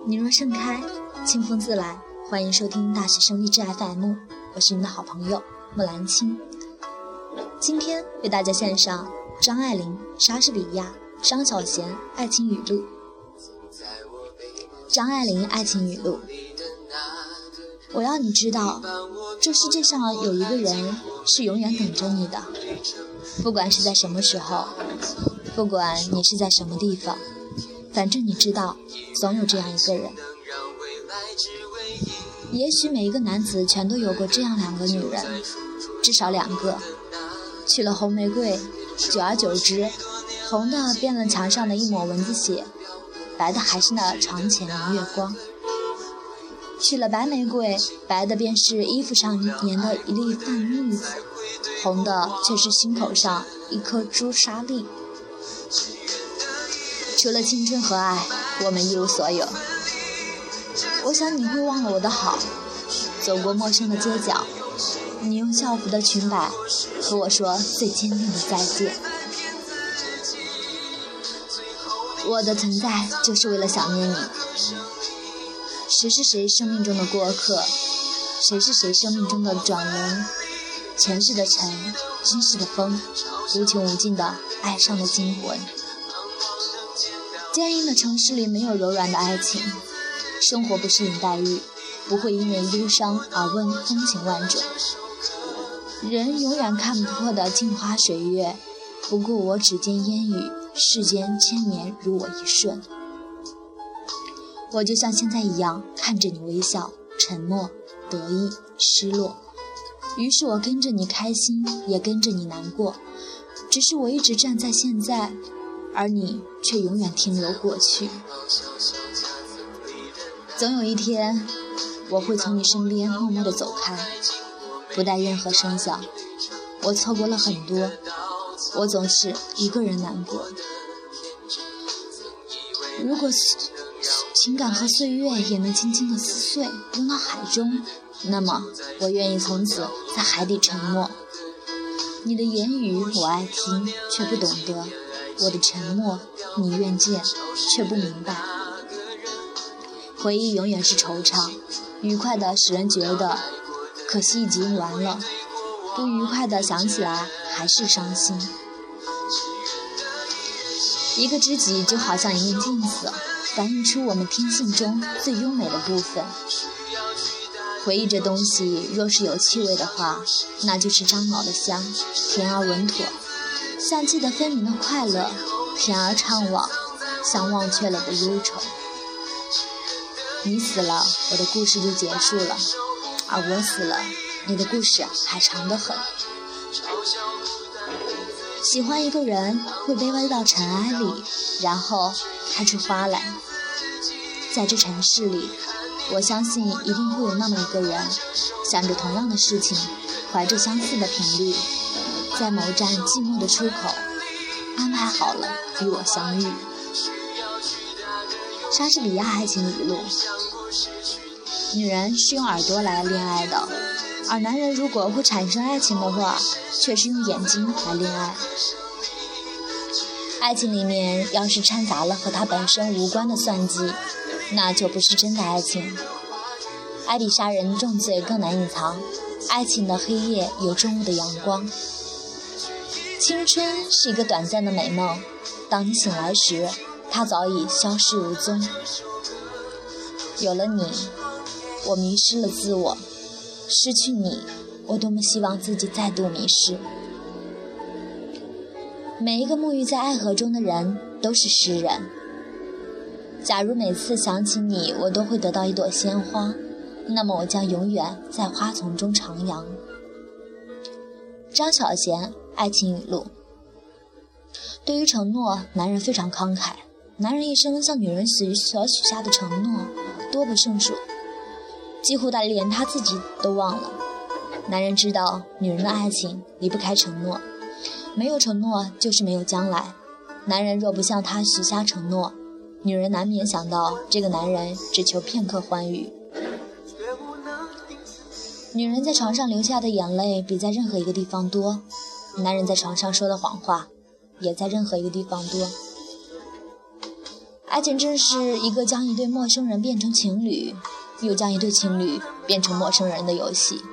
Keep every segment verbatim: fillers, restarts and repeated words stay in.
你若盛开，清风自来。欢迎收听大学生励志 F M， 我是你的好朋友木兰青。今天为大家献上张爱玲、莎士比亚、张小娴爱情语录。张爱玲爱情语录：我要你知道，这世界上有一个人是永远等着你的，不管是在什么时候，不管你是在什么地方，反正你知道，总有这样一个人。也许每一个男子全都有过这样两个女人，至少两个。去了红玫瑰，久而久之，红的变了墙上的一抹蚊子血，白的还是那床前明月光。去了白玫瑰，白的便是衣服上粘的一粒饭粒子，红的却是心口上一颗朱砂粒。除了青春和爱，我们一无所有。我想你会忘了我的好，走过陌生的街角，你用校服的裙摆和我说最坚定的再见。我的存在就是为了想念你。谁是谁生命中的过客，谁是谁生命中的转轮，前世的尘，今世的风，无穷无尽的爱上的惊魂。坚硬的城市里没有柔软的爱情，生活不是林黛玉，不会因为忧伤而问风情万种。人永远看不破的镜花水月，不过我指尖烟雨，世间千年如我一瞬。我就像现在一样看着你微笑，沉默，得意，失落。于是我跟着你开心，也跟着你难过，只是我一直站在现在，而你却永远停留过去。总有一天，我会从你身边默默地走开，不带任何声响。我错过了很多，我总是一个人难过。如果情感和岁月也能轻轻地撕碎，扔到海中，那么我愿意从此在海底沉没。你的言语我爱听，却不懂得；我的沉默你愿见，却不明白。回忆永远是惆怅，愉快的使人觉得可惜已经完了，不愉快的想起来还是伤心。一个知己就好像一面镜子，反映出我们天性中最优美的部分。回忆这东西若是有气味的话，那就是樟脑的香，甜而稳妥，像记得分明的快乐，甜而怅惘，像忘却了的忧愁。你死了，我的故事就结束了，而我死了，你的故事还长得很。喜欢一个人会卑微到尘埃里，然后开出花来。在这城市里，我相信一定会有那么一个人，想着同样的事情，怀着相似的频率，在某站寂寞的出口安排好了与我相遇。莎士比亚爱情语录：女人是用耳朵来恋爱的，而男人如果会产生爱情的话，却是用眼睛来恋爱。爱情里面要是掺杂了和他本身无关的算计，那就不是真的爱情。爱比杀人重罪更难隐藏，爱情的黑夜有中午的阳光。青春是一个短暂的美梦，当你醒来时，它早已消失无踪。有了你，我迷失了自我，失去你，我多么希望自己再度迷失。每一个沐浴在爱河中的人都是诗人。假如每次想起你，我都会得到一朵鲜花，那么我将永远在花丛中徜徉。张小娴爱情语录：对于承诺，男人非常慷慨。男人一生向女人许所许下的承诺多不胜数，几乎他连他自己都忘了。男人知道女人的爱情离不开承诺，没有承诺就是没有将来。男人若不向他许下承诺，女人难免想到这个男人只求片刻欢愉。女人在床上流下的眼泪比在任何一个地方多，男人在床上说的谎话也在任何一个地方多。 爱情正是一个将一对陌生人变成情侣，又将一对情侣变成陌生人的游戏。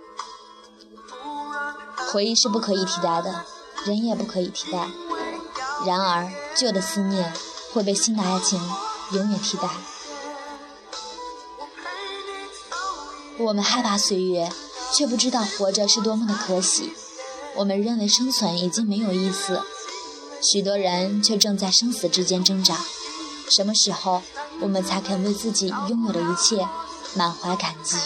回忆是不可以替代的，人也不可以替代。然而，旧的思念会被新的爱情永远替代。我们害怕岁月，却不知道活着是多么的可喜。我们认为生存已经没有意思，许多人却正在生死之间挣扎。什么时候，我们才肯为自己拥有的一切满怀感激？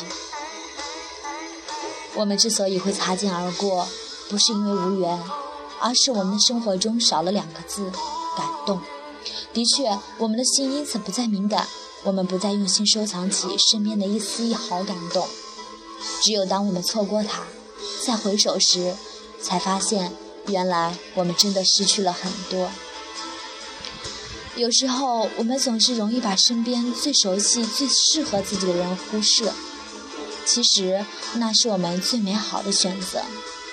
我们之所以会擦肩而过，不是因为无缘，而是我们的生活中少了两个字：感动。的确，我们的心因此不再敏感，我们不再用心收藏起身边的一丝一毫感动。只有当我们错过它，再回首时，才发现原来我们真的失去了很多。有时候我们总是容易把身边最熟悉最适合自己的人忽视，其实那是我们最美好的选择。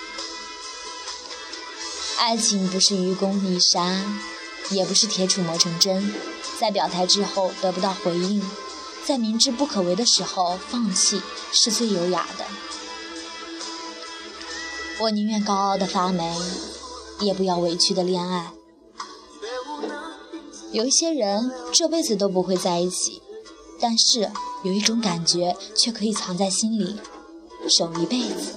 爱情不是愚公移山，也不是铁杵磨成针，在表态之后得不到回应，在明知不可为的时候放弃，是最优雅的。我宁愿高傲的发霉，也不要委屈的恋爱。有一些人这辈子都不会在一起，但是有一种感觉却可以藏在心里，守一辈子。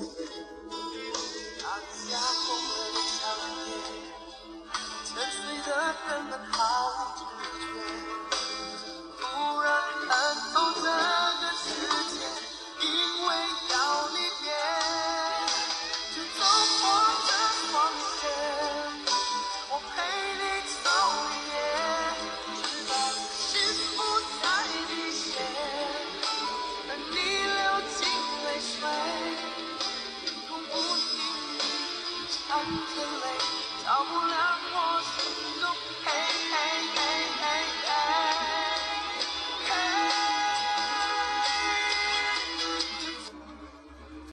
照不亮我心中黑黑黑